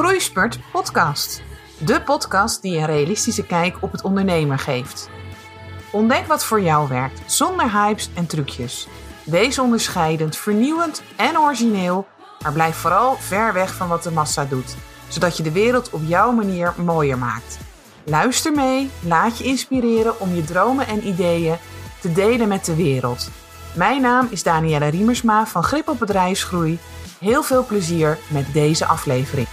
Groeispurt podcast. De podcast die een realistische kijk op het ondernemen geeft. Ontdek wat voor jou werkt, zonder hypes en trucjes. Wees onderscheidend, vernieuwend en origineel, maar blijf vooral ver weg van wat de massa doet, zodat je de wereld op jouw manier mooier maakt. Luister mee, laat je inspireren om je dromen en ideeën te delen met de wereld. Mijn naam is Danielle Riemersma van Grip op Bedrijfsgroei. Heel veel plezier met deze aflevering.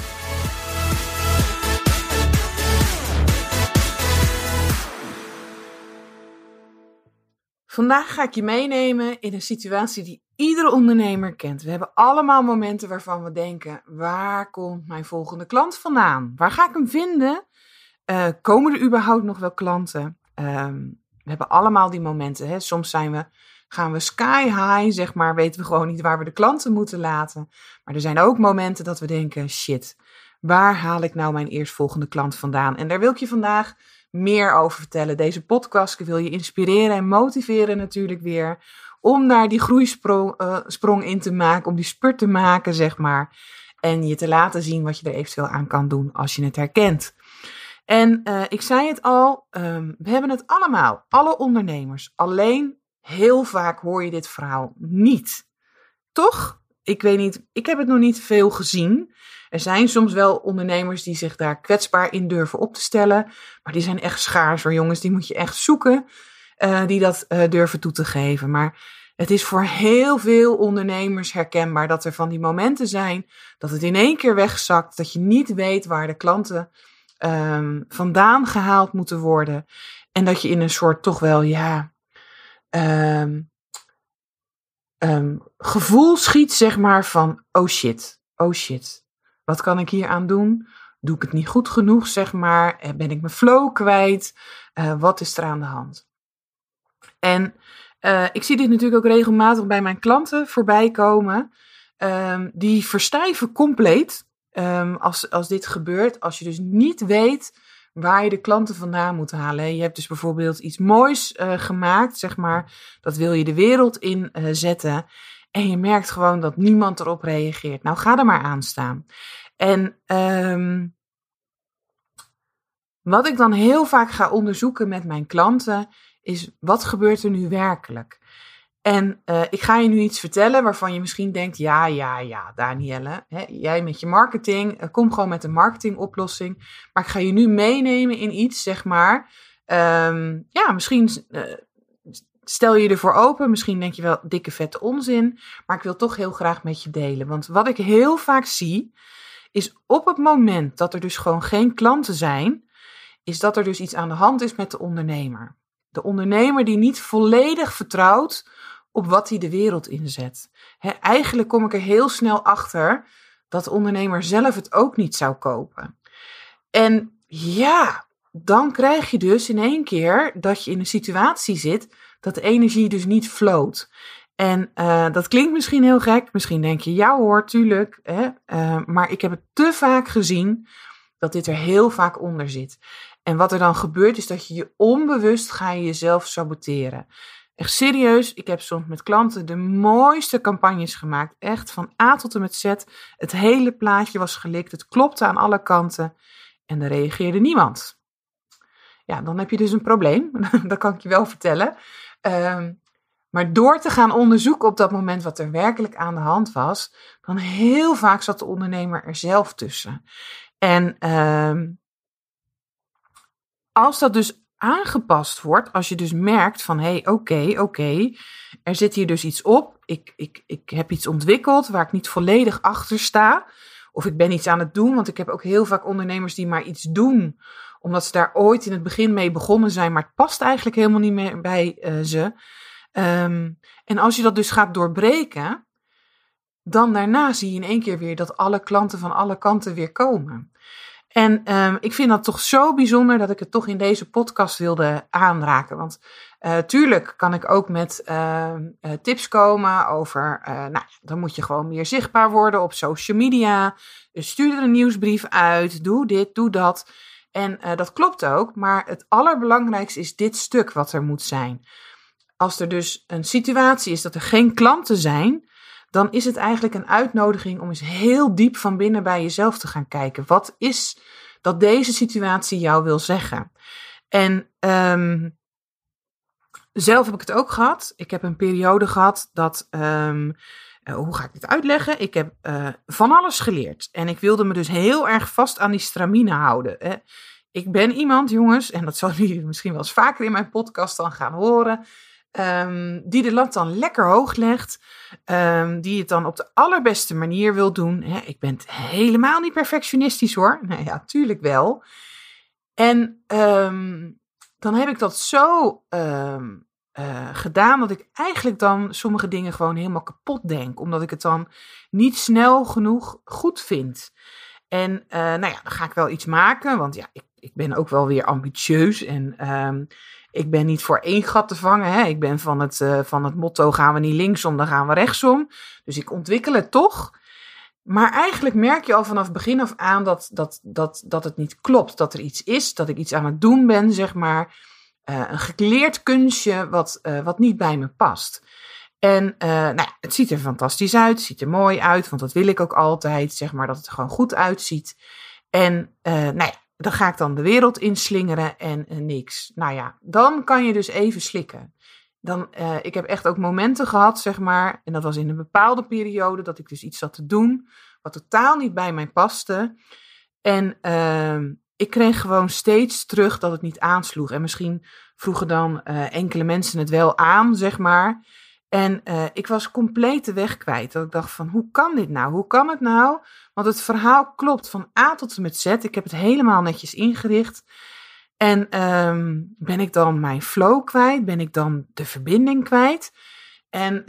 Vandaag ga ik je meenemen in een situatie die iedere ondernemer kent. We hebben allemaal momenten waarvan we denken, waar komt mijn volgende klant vandaan? Waar ga ik hem vinden? Komen er überhaupt nog wel klanten? We hebben allemaal die momenten. Hè? Soms gaan we sky high, zeg maar, weten we gewoon niet waar we de klanten moeten laten. Maar er zijn ook momenten dat we denken, shit, waar haal ik nou mijn eerstvolgende klant vandaan? En daar wil ik je vandaag meer over vertellen. Deze podcast wil je inspireren en motiveren natuurlijk weer om daar die groeisprong in te maken, om die spurt te maken, zeg maar. En je te laten zien wat je er eventueel aan kan doen als je het herkent. En ik zei het al, we hebben het allemaal, alle ondernemers. Alleen heel vaak hoor je dit verhaal niet. Toch? Ik weet niet, ik heb het nog niet veel gezien. Er zijn soms wel ondernemers die zich daar kwetsbaar in durven op te stellen. Maar die zijn echt schaars hoor jongens. Die moet je echt zoeken die dat durven toe te geven. Maar het is voor heel veel ondernemers herkenbaar dat er van die momenten zijn dat het in één keer wegzakt. Dat je niet weet waar de klanten vandaan gehaald moeten worden. En dat je in een soort toch wel gevoel schiet, zeg maar, van oh shit. Wat kan ik hier aan doen? Doe ik het niet goed genoeg, zeg maar? Ben ik mijn flow kwijt? Wat is er aan de hand? En ik zie dit natuurlijk ook regelmatig bij mijn klanten voorbij komen. Die verstijven compleet als dit gebeurt. Als je dus niet weet waar je de klanten vandaan moet halen. Je hebt dus bijvoorbeeld iets moois gemaakt, zeg maar. Dat wil je de wereld in zetten. En je merkt gewoon dat niemand erop reageert. Nou, ga er maar aan staan. En wat ik dan heel vaak ga onderzoeken met mijn klanten is, wat gebeurt er nu werkelijk? En ik ga je nu iets vertellen waarvan je misschien denkt, ja, Danielle, hè, jij met je marketing, kom gewoon met een marketingoplossing. Maar ik ga je nu meenemen in iets, zeg maar, misschien stel je ervoor open, misschien denk je wel dikke vette onzin, maar ik wil toch heel graag met je delen. Want wat ik heel vaak zie, is op het moment dat er dus gewoon geen klanten zijn, is dat er dus iets aan de hand is met de ondernemer. De ondernemer die niet volledig vertrouwt op wat hij de wereld inzet. Eigenlijk kom ik er heel snel achter dat de ondernemer zelf het ook niet zou kopen. En ja, dan krijg je dus in één keer dat je in een situatie zit dat de energie dus niet float. En dat klinkt misschien heel gek. Misschien denk je, ja hoor, tuurlijk. Maar ik heb het te vaak gezien dat dit er heel vaak onder zit. En wat er dan gebeurt is dat je onbewust ga je jezelf saboteren. Echt serieus, ik heb soms met klanten de mooiste campagnes gemaakt. Echt van A tot en met Z. Het hele plaatje was gelikt. Het klopte aan alle kanten. En er reageerde niemand. Ja, dan heb je dus een probleem. Dat kan ik je wel vertellen. Maar door te gaan onderzoeken op dat moment wat er werkelijk aan de hand was, dan heel vaak zat de ondernemer er zelf tussen. En als dat dus aangepast wordt, als je dus merkt van oké, er zit hier dus iets op, ik heb iets ontwikkeld waar ik niet volledig achter sta, of ik ben iets aan het doen, want ik heb ook heel vaak ondernemers die maar iets doen, omdat ze daar ooit in het begin mee begonnen zijn, maar het past eigenlijk helemaal niet meer bij ze. En als je dat dus gaat doorbreken, dan daarna zie je in één keer weer dat alle klanten van alle kanten weer komen. En ik vind dat toch zo bijzonder dat ik het toch in deze podcast wilde aanraken. Want tuurlijk kan ik ook met tips komen over, dan moet je gewoon meer zichtbaar worden op social media. Stuur er een nieuwsbrief uit, doe dit, doe dat. En dat klopt ook, maar het allerbelangrijkste is dit stuk wat er moet zijn. Als er dus een situatie is dat er geen klanten zijn, dan is het eigenlijk een uitnodiging om eens heel diep van binnen bij jezelf te gaan kijken. Wat is dat deze situatie jou wil zeggen? En zelf heb ik het ook gehad. Ik heb een periode gehad dat, hoe ga ik dit uitleggen? Ik heb van alles geleerd. En ik wilde me dus heel erg vast aan die stramine houden. Hè. Ik ben iemand, jongens, en dat zal jullie misschien wel eens vaker in mijn podcast dan gaan horen, die de lat dan lekker hoog legt, die het dan op de allerbeste manier wil doen. Hè. Ik ben helemaal niet perfectionistisch hoor. Nou ja, tuurlijk wel. En dan heb ik dat zo gedaan dat ik eigenlijk dan sommige dingen gewoon helemaal kapot denk. Omdat ik het dan niet snel genoeg goed vind. En nou ja, dan ga ik wel iets maken. Want ja, ik ben ook wel weer ambitieus. En ik ben niet voor één gat te vangen. Hè. Ik ben van het motto gaan we niet linksom, dan gaan we rechtsom. Dus ik ontwikkel het toch. Maar eigenlijk merk je al vanaf begin af aan dat het niet klopt. Dat er iets is, dat ik iets aan het doen ben, zeg maar. Een geleerd kunstje wat niet bij me past. En nou ja, het ziet er fantastisch uit, het ziet er mooi uit, want dat wil ik ook altijd, zeg maar, dat het er gewoon goed uitziet. En nou ja, dan ga ik dan de wereld inslingeren en niks. Nou ja, dan kan je dus even slikken. Ik heb echt ook momenten gehad, zeg maar, en dat was in een bepaalde periode, dat ik dus iets zat te doen, wat totaal niet bij mij paste. En ik kreeg gewoon steeds terug dat het niet aansloeg. En misschien vroegen dan enkele mensen het wel aan, zeg maar. En ik was compleet de weg kwijt. Dat ik dacht van, hoe kan dit nou? Hoe kan het nou? Want het verhaal klopt van A tot en met Z. Ik heb het helemaal netjes ingericht. En ben ik dan mijn flow kwijt? Ben ik dan de verbinding kwijt? En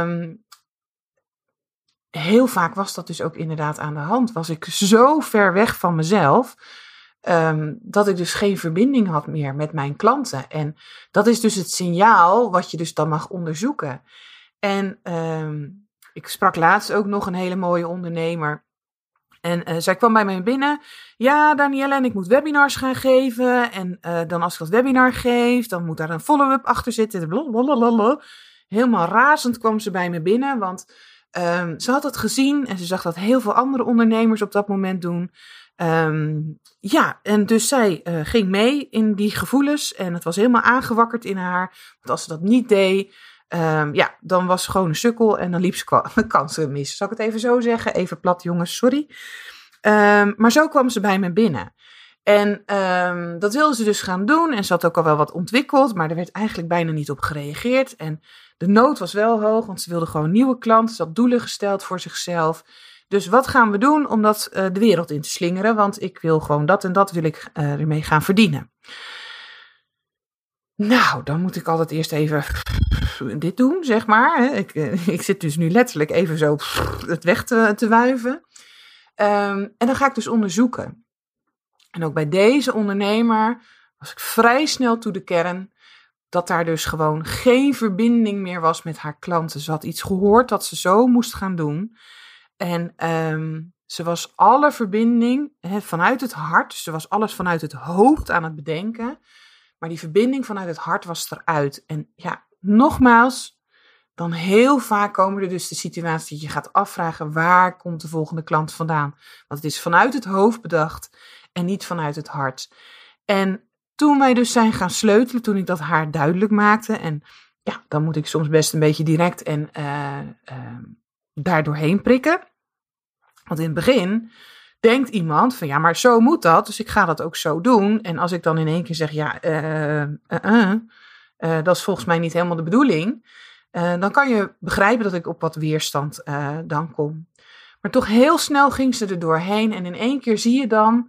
heel vaak was dat dus ook inderdaad aan de hand. Was ik zo ver weg van mezelf, dat ik dus geen verbinding had meer met mijn klanten. En dat is dus het signaal wat je dus dan mag onderzoeken. En ik sprak laatst ook nog een hele mooie ondernemer. En zij kwam bij mij binnen. Ja, Danielle, en ik moet webinars gaan geven. En dan als ik dat webinar geef, dan moet daar een follow-up achter zitten. Blablabla. Helemaal razend kwam ze bij me binnen, want ze had het gezien en ze zag dat heel veel andere ondernemers op dat moment doen. Ja, en dus zij ging mee in die gevoelens en het was helemaal aangewakkerd in haar. Want als ze dat niet deed, ja, dan was ze gewoon een sukkel en dan liep ze kansen mis. Zal ik het even zo zeggen? Even plat, jongens, sorry. Maar zo kwam ze bij me binnen. En dat wilde ze dus gaan doen en ze had ook al wel wat ontwikkeld, maar er werd eigenlijk bijna niet op gereageerd. En de nood was wel hoog, want ze wilde gewoon nieuwe klanten. Ze had doelen gesteld voor zichzelf. Dus wat gaan we doen om dat de wereld in te slingeren? Want ik wil gewoon dat en dat wil ik ermee gaan verdienen. Nou, dan moet ik altijd eerst even dit doen, zeg maar. Ik zit dus nu letterlijk even zo het weg te wuiven. En dan ga ik dus onderzoeken. En ook bij deze ondernemer was ik vrij snel toe de kern dat daar dus gewoon geen verbinding meer was met haar klanten. Ze had iets gehoord dat ze zo moest gaan doen. En ze was alle verbinding vanuit het hart. Dus ze was alles vanuit het hoofd aan het bedenken. Maar die verbinding vanuit het hart was eruit. En ja, nogmaals, dan heel vaak komen er dus de situaties dat je gaat afvragen, waar komt de volgende klant vandaan? Want het is vanuit het hoofd bedacht en niet vanuit het hart. En toen wij dus zijn gaan sleutelen, toen ik dat haar duidelijk maakte, en ja, dan moet ik soms best een beetje direct en daar doorheen prikken. Want in het begin denkt iemand van ja, maar zo moet dat, dus ik ga dat ook zo doen. En als ik dan in één keer zeg ja, dat is volgens mij niet helemaal de bedoeling, dan kan je begrijpen dat ik op wat weerstand dan kom. Maar toch heel snel ging ze er doorheen en in één keer zie je dan,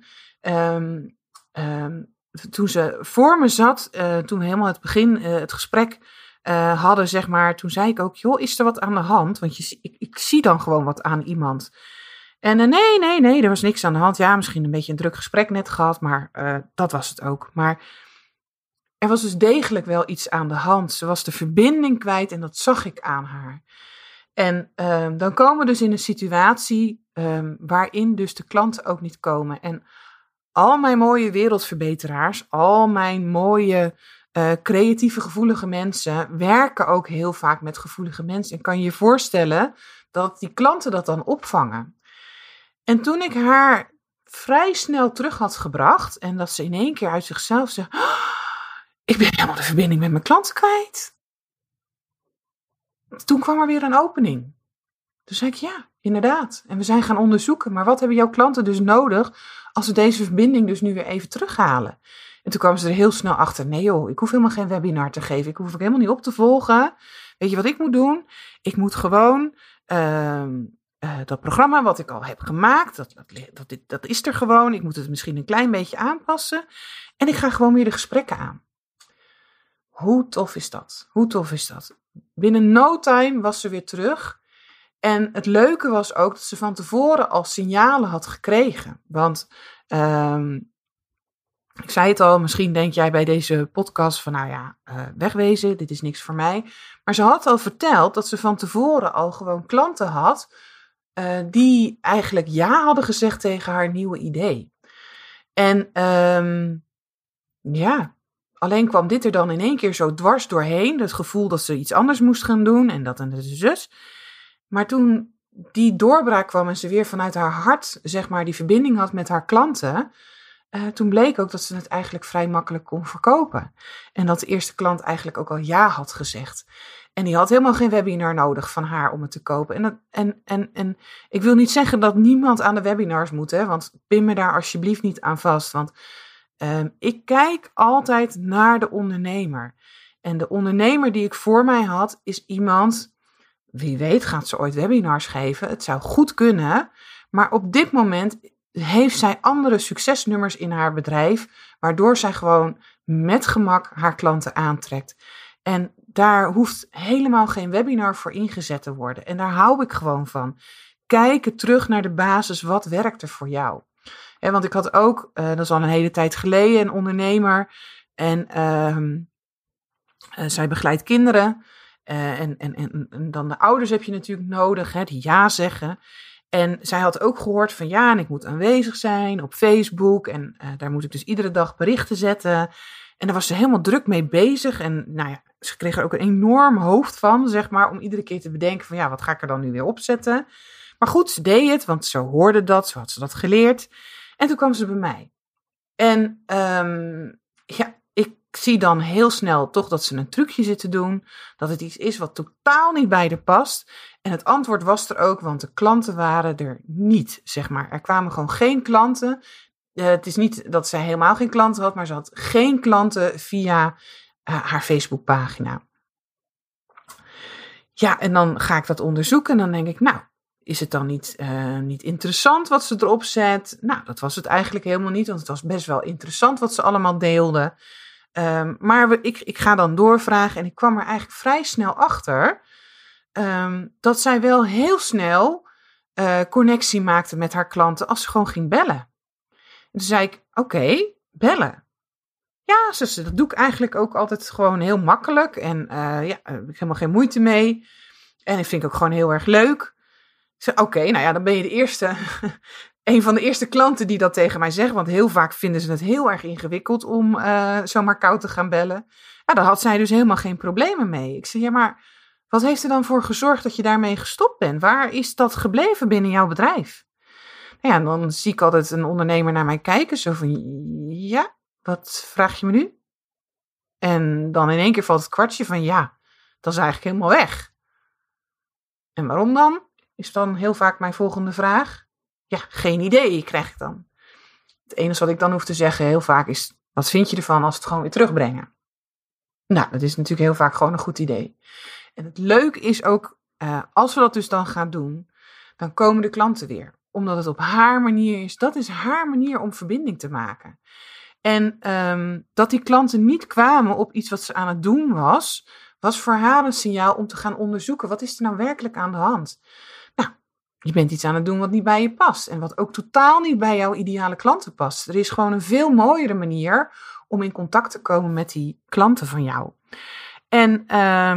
toen ze voor me zat, toen we helemaal het begin, het gesprek hadden, zeg maar, toen zei ik ook, joh, is er wat aan de hand? Want ik zie dan gewoon wat aan iemand. En nee, er was niks aan de hand. Ja, misschien een beetje een druk gesprek net gehad, maar dat was het ook. Maar er was dus degelijk wel iets aan de hand. Ze was de verbinding kwijt en dat zag ik aan haar. En dan komen we dus in een situatie waarin dus de klanten ook niet komen. En al mijn mooie wereldverbeteraars, al mijn mooie creatieve, gevoelige mensen werken ook heel vaak met gevoelige mensen. En kan je je voorstellen dat die klanten dat dan opvangen. En toen ik haar vrij snel terug had gebracht en dat ze in één keer uit zichzelf zegt, ik ben helemaal de verbinding met mijn klanten kwijt. Toen kwam er weer een opening. Toen zei ik, ja, inderdaad. En we zijn gaan onderzoeken, maar wat hebben jouw klanten dus nodig als ze deze verbinding dus nu weer even terughalen? En toen kwamen ze er heel snel achter, nee joh, ik hoef helemaal geen webinar te geven. Ik hoef ook helemaal niet op te volgen. Weet je wat ik moet doen? Ik moet gewoon dat programma wat ik al heb gemaakt, dat is er gewoon. Ik moet het misschien een klein beetje aanpassen. En ik ga gewoon weer de gesprekken aan. Hoe tof is dat? Hoe tof is dat? Binnen no time was ze weer terug. En het leuke was ook dat ze van tevoren al signalen had gekregen. Want ik zei het al, misschien denk jij bij deze podcast van wegwezen, dit is niks voor mij. Maar ze had al verteld dat ze van tevoren al gewoon klanten had die eigenlijk ja hadden gezegd tegen haar nieuwe idee. En alleen kwam dit er dan in één keer zo dwars doorheen. Het gevoel dat ze iets anders moest gaan doen en dat en de zus. Maar toen die doorbraak kwam en ze weer vanuit haar hart, zeg maar, die verbinding had met haar klanten, toen bleek ook dat ze het eigenlijk vrij makkelijk kon verkopen. En dat de eerste klant eigenlijk ook al ja had gezegd. En die had helemaal geen webinar nodig van haar om het te kopen. En ik wil niet zeggen dat niemand aan de webinars moet, hè, want pin me daar alsjeblieft niet aan vast. Want ik kijk altijd naar de ondernemer. En de ondernemer die ik voor mij had, is iemand, wie weet gaat ze ooit webinars geven. Het zou goed kunnen, maar op dit moment heeft zij andere succesnummers in haar bedrijf, waardoor zij gewoon met gemak haar klanten aantrekt. En daar hoeft helemaal geen webinar voor ingezet te worden. En daar hou ik gewoon van. Kijken terug naar de basis, wat werkt er voor jou? Want ik had ook, dat is al een hele tijd geleden, een ondernemer. En zij begeleidt kinderen. En dan de ouders heb je natuurlijk nodig, die ja zeggen. En zij had ook gehoord van ja, en ik moet aanwezig zijn op Facebook. En daar moet ik dus iedere dag berichten zetten. En daar was ze helemaal druk mee bezig. En ze kreeg er ook een enorm hoofd van, zeg maar, om iedere keer te bedenken van ja, wat ga ik er dan nu weer opzetten? Maar goed, ze deed het, want zo hoorde dat, zo had ze dat geleerd. En toen kwam ze bij mij. En ik zie dan heel snel toch dat ze een trucje zit te doen. Dat het iets is wat totaal niet bij haar past. En het antwoord was er ook, want de klanten waren er niet, zeg maar. Er kwamen gewoon geen klanten. Het is niet dat zij helemaal geen klanten had, maar ze had geen klanten via haar Facebookpagina. Ja, en dan ga ik dat onderzoeken en dan denk ik, nou, is het dan niet interessant wat ze erop zet? Nou, dat was het eigenlijk helemaal niet, want het was best wel interessant wat ze allemaal deelden. Maar ik ga dan doorvragen en ik kwam er eigenlijk vrij snel achter dat zij wel heel snel connectie maakte met haar klanten als ze gewoon ging bellen. En toen zei ik, oké, bellen. Ja, dat doe ik eigenlijk ook altijd gewoon heel makkelijk. En daar heb ik helemaal geen moeite mee. En ik vind het ook gewoon heel erg leuk. Ik zei, oké, dan ben je de eerste, een van de eerste klanten die dat tegen mij zeggen. Want heel vaak vinden ze het heel erg ingewikkeld om zomaar koud te gaan bellen. Ja, daar had zij dus helemaal geen problemen mee. Ik zei, ja, maar wat heeft er dan voor gezorgd dat je daarmee gestopt bent? Waar is dat gebleven binnen jouw bedrijf? Nou ja, en dan zie ik altijd een ondernemer naar mij kijken. Zo van, ja, wat vraag je me nu? En dan in één keer valt het kwartje van, ja, dat is eigenlijk helemaal weg. En waarom dan? Is dan heel vaak mijn volgende vraag. Ja, geen idee, krijg ik dan. Het enige wat ik dan hoef te zeggen heel vaak is, wat vind je ervan als we het gewoon weer terugbrengen? Nou, dat is natuurlijk heel vaak gewoon een goed idee. En het leuke is ook, als we dat dus dan gaan doen, dan komen de klanten weer. Omdat het op haar manier is. Dat is haar manier om verbinding te maken. En dat die klanten niet kwamen op iets wat ze aan het doen was voor haar een signaal om te gaan onderzoeken. Wat is er nou werkelijk aan de hand? Nou, je bent iets aan het doen wat niet bij je past. En wat ook totaal niet bij jouw ideale klanten past. Er is gewoon een veel mooiere manier om in contact te komen met die klanten van jou. En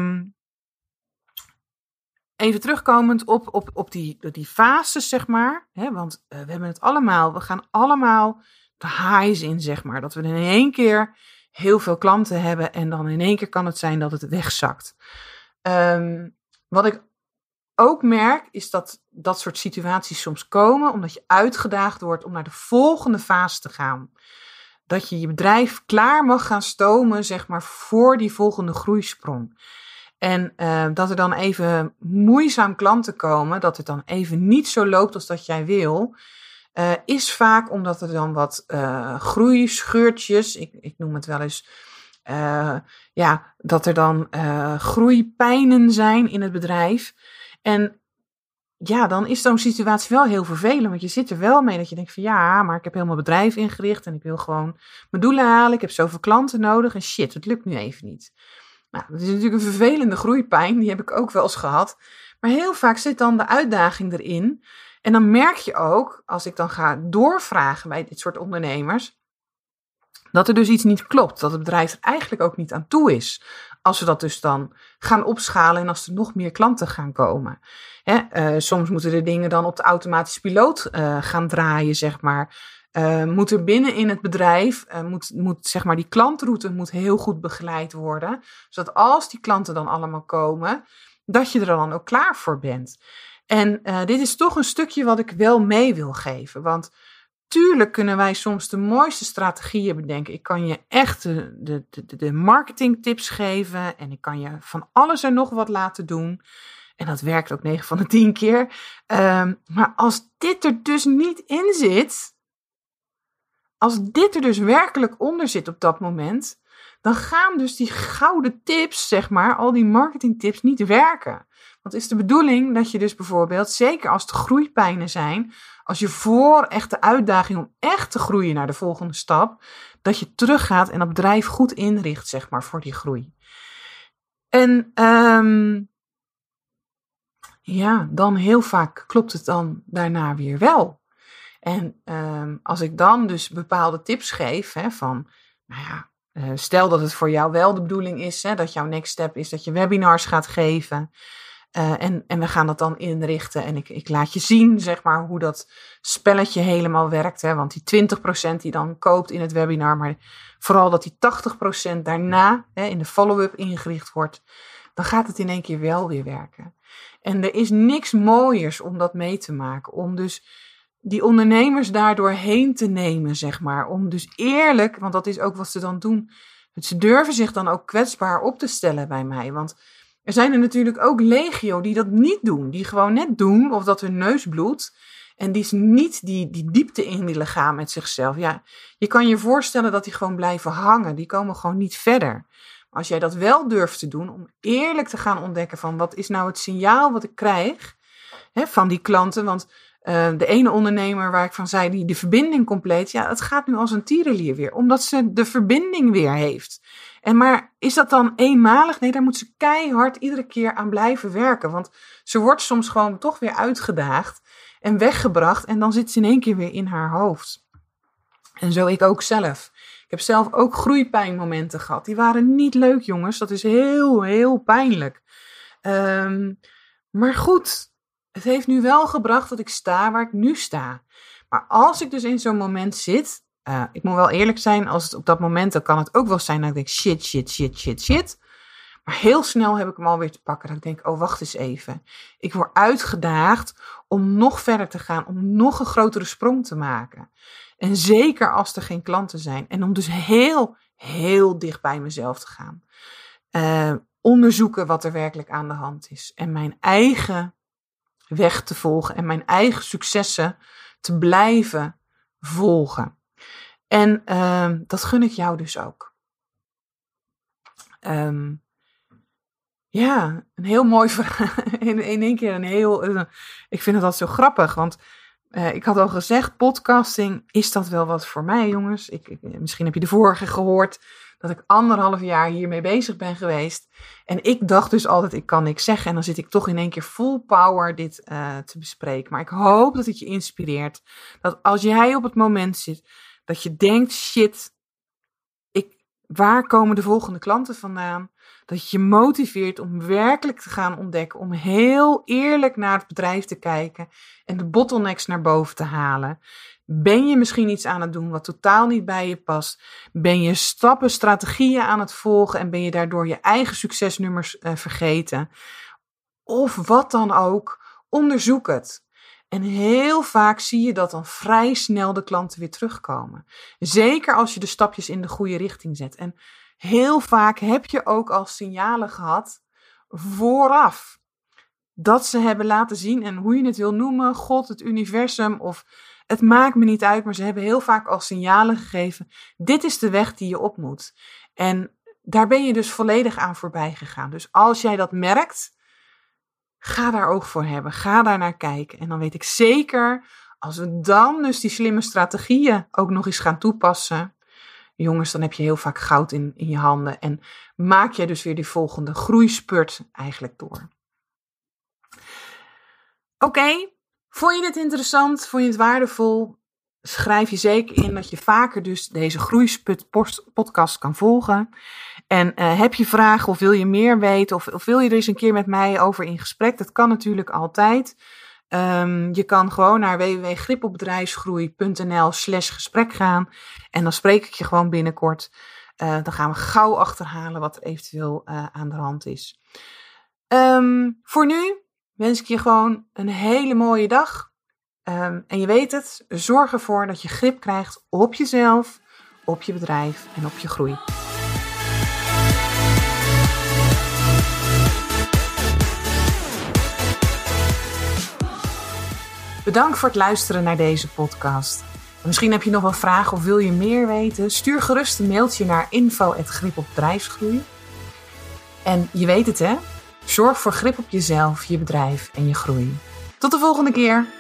even terugkomend op die fases, zeg maar. Hè, want we hebben het allemaal, we gaan allemaal de highs in, zeg maar. Dat we in één keer heel veel klanten hebben en dan in één keer kan het zijn dat het wegzakt. Wat ik ook merk is dat dat soort situaties soms komen omdat je uitgedaagd wordt om naar de volgende fase te gaan. Dat je je bedrijf klaar mag gaan stomen, zeg maar, voor die volgende groeisprong. En dat er dan even moeizaam klanten komen, dat het dan even niet zo loopt als dat jij wil, is vaak omdat er dan wat groeischeurtjes, ik noem het wel eens, dat er dan groeipijnen zijn in het bedrijf. En ja, dan is zo'n situatie wel heel vervelend, want je zit er wel mee dat je denkt van ja, maar ik heb helemaal bedrijf ingericht en ik wil gewoon mijn doelen halen, ik heb zoveel klanten nodig en shit, het lukt nu even niet. Nou, dat is natuurlijk een vervelende groeipijn, die heb ik ook wel eens gehad. Maar heel vaak zit dan de uitdaging erin. En dan merk je ook, als ik dan ga doorvragen bij dit soort ondernemers, dat er dus iets niet klopt. Dat het bedrijf er eigenlijk ook niet aan toe is. Als we dat dus dan gaan opschalen en als er nog meer klanten gaan komen. Soms moeten de dingen dan op de automatische piloot gaan draaien, zeg maar. Moet er binnen in het bedrijf, moet zeg maar die klantroute moet heel goed begeleid worden. Zodat als die klanten dan allemaal komen, dat je er dan ook klaar voor bent. En dit is toch een stukje wat ik wel mee wil geven. Want tuurlijk kunnen wij soms de mooiste strategieën bedenken. Ik kan je echt de marketingtips geven. En ik kan je van alles en nog wat laten doen. En dat werkt ook 9 van de 10 keer. Maar als dit er dus niet in zit, als dit er dus werkelijk onder zit op dat moment, dan gaan dus die gouden tips, zeg maar, al die marketingtips niet werken. Want het is de bedoeling dat je dus bijvoorbeeld, zeker als er groeipijnen zijn, als je voor echt de uitdaging om echt te groeien naar de volgende stap, dat je teruggaat en dat bedrijf goed inricht, zeg maar, voor die groei. En dan heel vaak klopt het dan daarna weer wel. En als ik dan dus bepaalde tips geef, van, stel dat het voor jou wel de bedoeling is, dat jouw next step is dat je webinars gaat geven. En we gaan dat dan inrichten en ik laat je zien, zeg maar, hoe dat spelletje helemaal werkt. Want die 20% die dan koopt in het webinar, maar vooral dat die 80% daarna in de follow-up ingericht wordt, dan gaat het in één keer wel weer werken. En er is niks mooiers om dat mee te maken, om dus die ondernemers daardoor heen te nemen, zeg maar. Om dus eerlijk, want dat is ook wat ze dan doen, ze durven zich dan ook kwetsbaar op te stellen bij mij. Want er zijn er natuurlijk ook legio die dat niet doen. Die gewoon net doen of dat hun neus bloedt. En die niet die diepte in willen gaan met zichzelf. Ja, je kan je voorstellen dat die gewoon blijven hangen. Die komen gewoon niet verder. Maar als jij dat wel durft te doen, om eerlijk te gaan ontdekken van wat is nou het signaal wat ik krijg van die klanten. Want de ene ondernemer waar ik van zei, die de verbinding compleet, ja, het gaat nu als een tierenlier weer. Omdat ze de verbinding weer heeft. Maar is dat dan eenmalig? Nee, daar moet ze keihard iedere keer aan blijven werken. Want ze wordt soms gewoon toch weer uitgedaagd en weggebracht. En dan zit ze in één keer weer in haar hoofd. En zo ik ook zelf. Ik heb zelf ook groeipijnmomenten gehad. Die waren niet leuk, jongens. Dat is heel, heel pijnlijk. Maar goed, het heeft nu wel gebracht dat ik sta waar ik nu sta. Maar als ik dus in zo'n moment zit, ik moet wel eerlijk zijn, als het op dat moment, dan kan het ook wel zijn dat ik denk, shit. Maar heel snel heb ik hem alweer te pakken. Dat ik denk, oh, wacht eens even. Ik word uitgedaagd om nog verder te gaan, om nog een grotere sprong te maken. En zeker als er geen klanten zijn. En om dus heel, heel dicht bij mezelf te gaan. Onderzoeken wat er werkelijk aan de hand is. En mijn eigen weg te volgen. En mijn eigen successen te blijven volgen. En dat gun ik jou dus ook. Een heel mooi verhaal. In één keer een heel. Ik vind het altijd zo grappig, want ik had al gezegd, podcasting, is dat wel wat voor mij, jongens? Misschien heb je de vorige gehoord dat ik 1,5 jaar hiermee bezig ben geweest. En ik dacht dus altijd, ik kan niks zeggen. En dan zit ik toch in één keer full power dit te bespreken. Maar ik hoop dat het je inspireert. Dat als jij op het moment zit, dat je denkt, shit, waar komen de volgende klanten vandaan? Dat je je motiveert om werkelijk te gaan ontdekken, om heel eerlijk naar het bedrijf te kijken en de bottlenecks naar boven te halen. Ben je misschien iets aan het doen wat totaal niet bij je past? Ben je stappen, strategieën aan het volgen en ben je daardoor je eigen succesnummers vergeten? of wat dan ook. Onderzoek het. En heel vaak zie je dat dan vrij snel de klanten weer terugkomen. Zeker als je de stapjes in de goede richting zet. En heel vaak heb je ook al signalen gehad vooraf. Dat ze hebben laten zien, en hoe je het wil noemen, God, het universum, of het maakt me niet uit, maar ze hebben heel vaak al signalen gegeven. Dit is de weg die je op moet. En daar ben je dus volledig aan voorbij gegaan. Dus als jij dat merkt, ga daar oog voor hebben. Ga daar naar kijken. En dan weet ik zeker, als we dan dus die slimme strategieën ook nog eens gaan toepassen, jongens, dan heb je heel vaak goud in je handen. En maak je dus weer die volgende groeispurt eigenlijk door. Oké, vond je dit interessant? Vond je het waardevol? Schrijf je zeker in dat je vaker dus deze Groeispurt podcast kan volgen. En heb je vragen of wil je meer weten of wil je er eens een keer met mij over in gesprek? Dat kan natuurlijk altijd. Je kan gewoon naar www.gripopbedrijfsgroei.nl/gesprek gaan. En dan spreek ik je gewoon binnenkort. Dan gaan we gauw achterhalen wat er eventueel aan de hand is. Voor nu wens ik je gewoon een hele mooie dag. En je weet het, zorg ervoor dat je grip krijgt op jezelf, op je bedrijf en op je groei. Bedankt voor het luisteren naar deze podcast. Misschien heb je nog een vraag of wil je meer weten? Stuur gerust een mailtje naar info@gripopbedrijfsgroei. En je weet het hè, zorg voor grip op jezelf, je bedrijf en je groei. Tot de volgende keer!